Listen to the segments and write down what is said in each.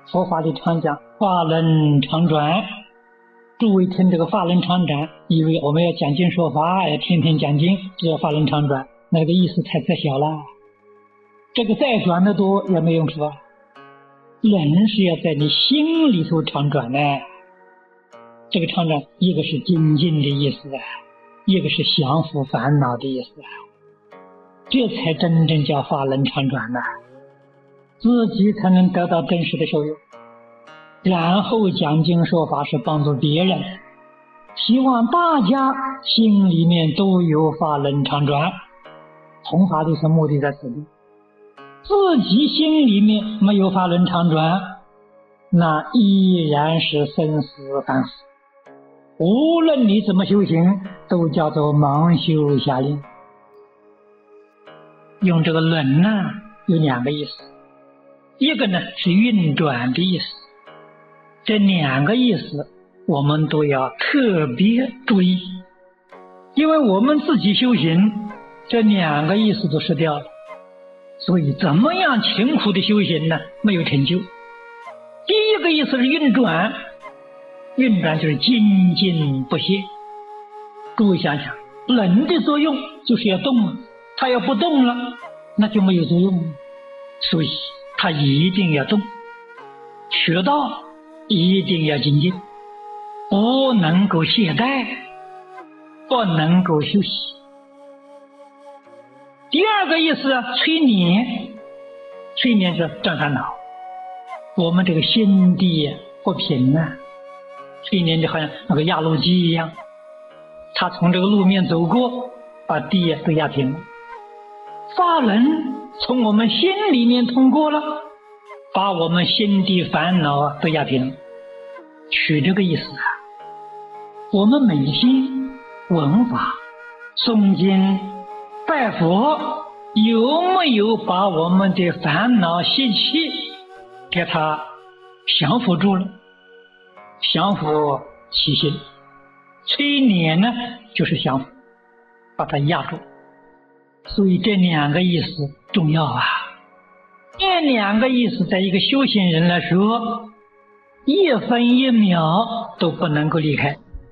佛法里常讲法轮常转。诸位听这个法轮常转，以为我们要讲经说法，要天天讲经，就要法轮常转，那个意思太窄小了。这个再转得多也没用处啊。轮是要在你心里头常转的，这个常转一个是精进的意思啊，一个是降伏烦恼的意思啊，这才真正叫法轮常转呐，自己才能得到真实的受用。然后讲经说法是帮助别人，希望大家心里面都有法轮常转，弘法的是目的在此地。自己心里面没有法轮常转，那依然是生死凡夫，无论你怎么修行，都叫做盲修瞎练。用这个轮呢，有两个意思，一个呢是运转的意思，这两个意思我们都要特别注意，因为我们自己修行，这两个意思都失掉了，所以怎么样勤苦的修行呢，没有成就。第一个意思是运转，运转就是精进不懈。诸位想想，轮的作用就是要动，它要不动了，那就没有作用，所以它一定要动，学道一定要精进，不能够懈怠，不能够休息。第二个意思催眠，催眠是断烦恼。我们这个心地不平啊，催眠就好像那个压路机一样，他从这个路面走过，把地都压平了。法轮从我们心里面通过了，把我们心地烦恼都压平了。取这个意思啊，我们每天闻法、诵经、拜佛，有没有把我们的烦恼习气给它降服住了？降服其心，催眠呢就是降服，把它压住。所以这两个意思重要啊，这两个意思在一个修行人来说，一分一秒都不能够离开。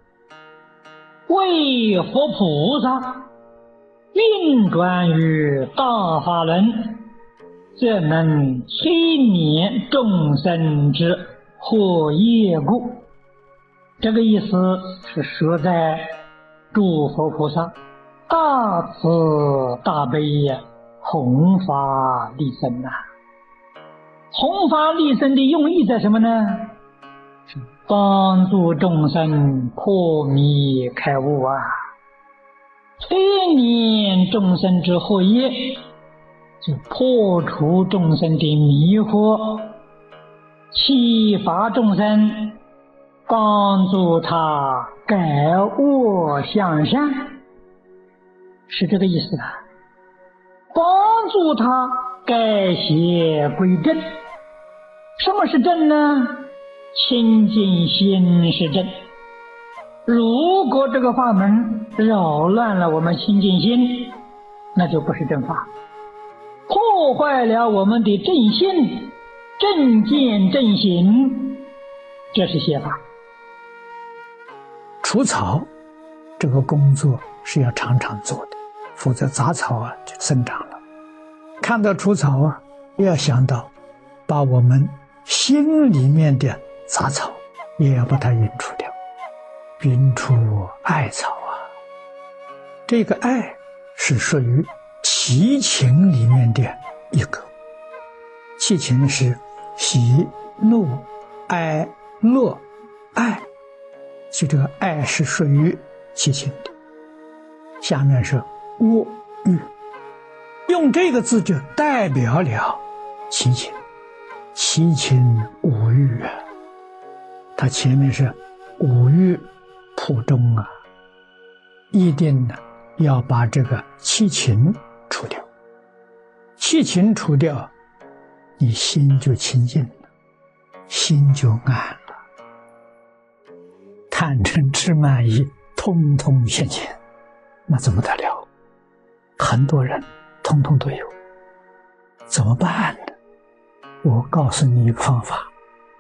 为佛菩萨运转于大法轮，则能催眠众生之惑业故。这个意思是说在诸佛菩萨大慈大悲弘法利生啊。弘法利生的用意在什么呢？是帮助众生破迷开悟啊，催眠众生之惑业，就破除众生的迷惑，启发众生，帮助他改恶向善，是这个意思啊。帮助他改邪归正。什么是正呢？清净心是正。如果这个法门扰乱了我们清净心，那就不是正法，破坏了我们的正信、正见、正行，这是邪法。 除草这个工作是要常常做的，否则杂草就生长了。看到除草要想到把我们心里面的杂草也要把它匀除掉，匀除爱草这个爱是属于七情里面的一个。七情是喜、怒、哀、乐、爱，所以这个爱是属于七情的。下面是恶欲，用这个字就代表了七情。七情五欲它前面是五欲普中一定要把这个七情除掉。七情除掉，你心就清净了，心就安了。贪嗔痴慢疑通通现前，那怎么得了？很多人通通都有，怎么办呢？我告诉你一个方法，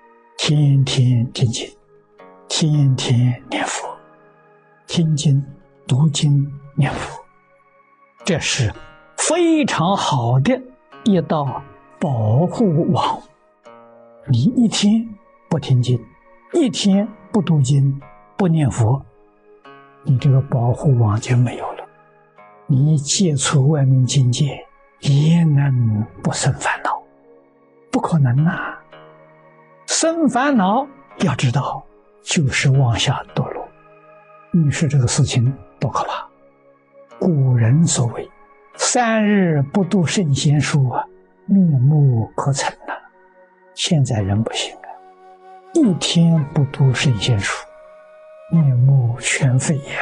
天天听经，天天念佛，听经、读经、念佛，这是非常好的一道保护网。你一天不听经，一天不读经，不念佛，你这个保护网就没有了。你接触外面境界，也能不生烦恼？不可能啊！生烦恼，要知道就是往下堕落。于是这个事情多可怕！古人所谓3日不读圣贤书啊，面目可憎啊。现在人不行啊，一天不读圣贤书，面目全非呀。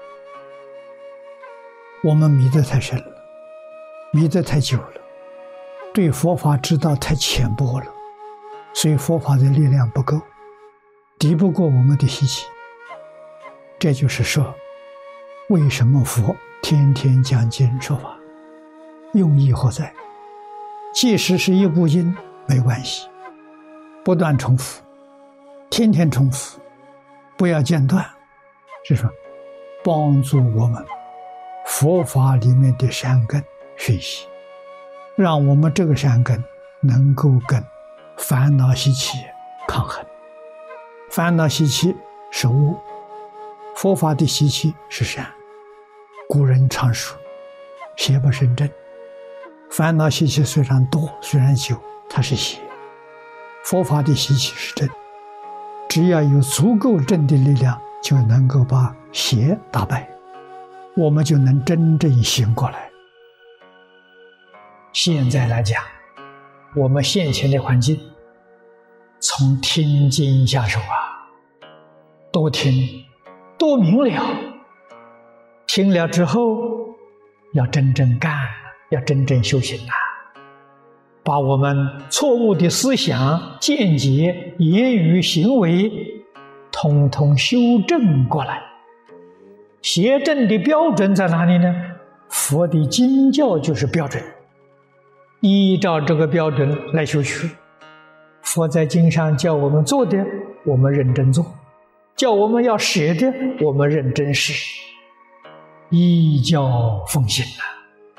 我们迷得太深了，迷得太久了，对佛法知道太浅薄了，所以佛法的力量不够，敌不过我们的习气。这就是说，为什么佛天天讲经说法，用意何在？即使是一部经没关系，不断重复，天天重复，不要间断，是说帮助我们佛法里面的善根学习，让我们这个善根能够跟烦恼习气抗衡。烦恼习气是恶，佛法的习气是善。古人常说邪不胜正，烦恼习气虽然多，虽然久，它是邪；佛法的习气是正，只要有足够正的力量，就能够把邪打败，我们就能真正醒过来。现在来讲，我们现前的环境，从听经下手啊，多听多明了，听了之后要真正干，要真正修行啊，把我们错误的思想、见解、言语、行为统统修正过来。邪正的标准在哪里呢？佛的经教就是标准，依照这个标准来修学。佛在经上叫我们做的，我们认真做；叫我们要舍的，我们认真舍，依教奉行啊。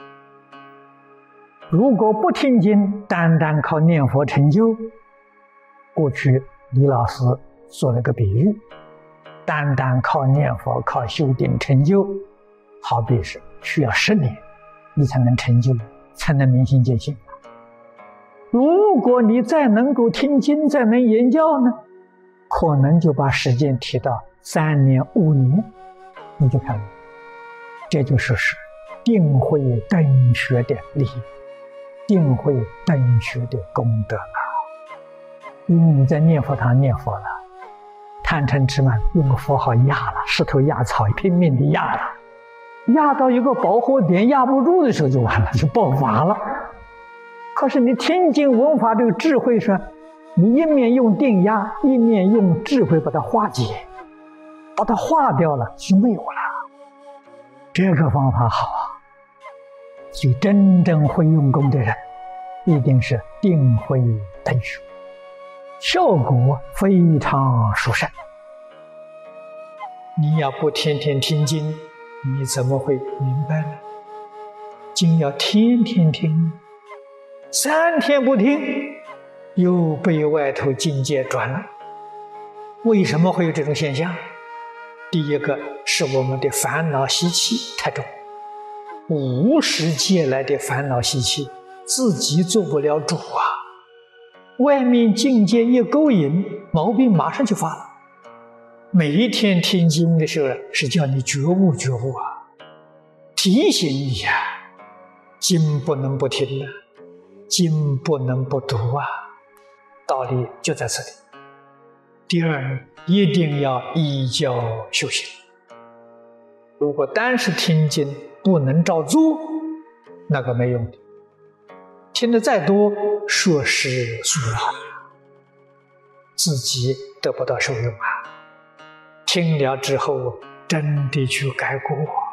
如果不听经，单单靠念佛成就，过去李老师做了个比喻，单单靠念佛、靠修定成就，好比是需要10年，你才能成就，才能明心见性。如果你再能够听经，再能言教呢，可能就把时间提到3年、5年，你就看了，这就是定慧等学的利益，定慧等学的功德啊！因为你在念佛堂念佛了，贪嗔痴慢用个佛号压了，石头压草，拼命的压了，压到一个饱和点，压不住的时候就完了，就爆发了。可是你听经闻法这个智慧说，你一面用定压，一面用智慧把它化解，把它化掉了就没有了。这个方法好啊！所以真正会用功的人，一定是定慧等学，效果非常殊胜。你要不天天听经，你怎么会明白呢？经要天天听，3天不听，又被外头境界转了。为什么会有这种现象？第一个是我们的烦恼习气太重，无始借来的烦恼习气，自己做不了主啊！外面境界一勾引，毛病马上就发了。每一天听经的时候，是叫你觉悟觉悟啊，提醒你啊，经不能不听啊，经不能不读啊，道理就在这里。第二，一定要依教修行。如果单是听经不能照做，那个没用的，听得再多，说是俗了，自己得不到受用啊。听了之后，真的去改过。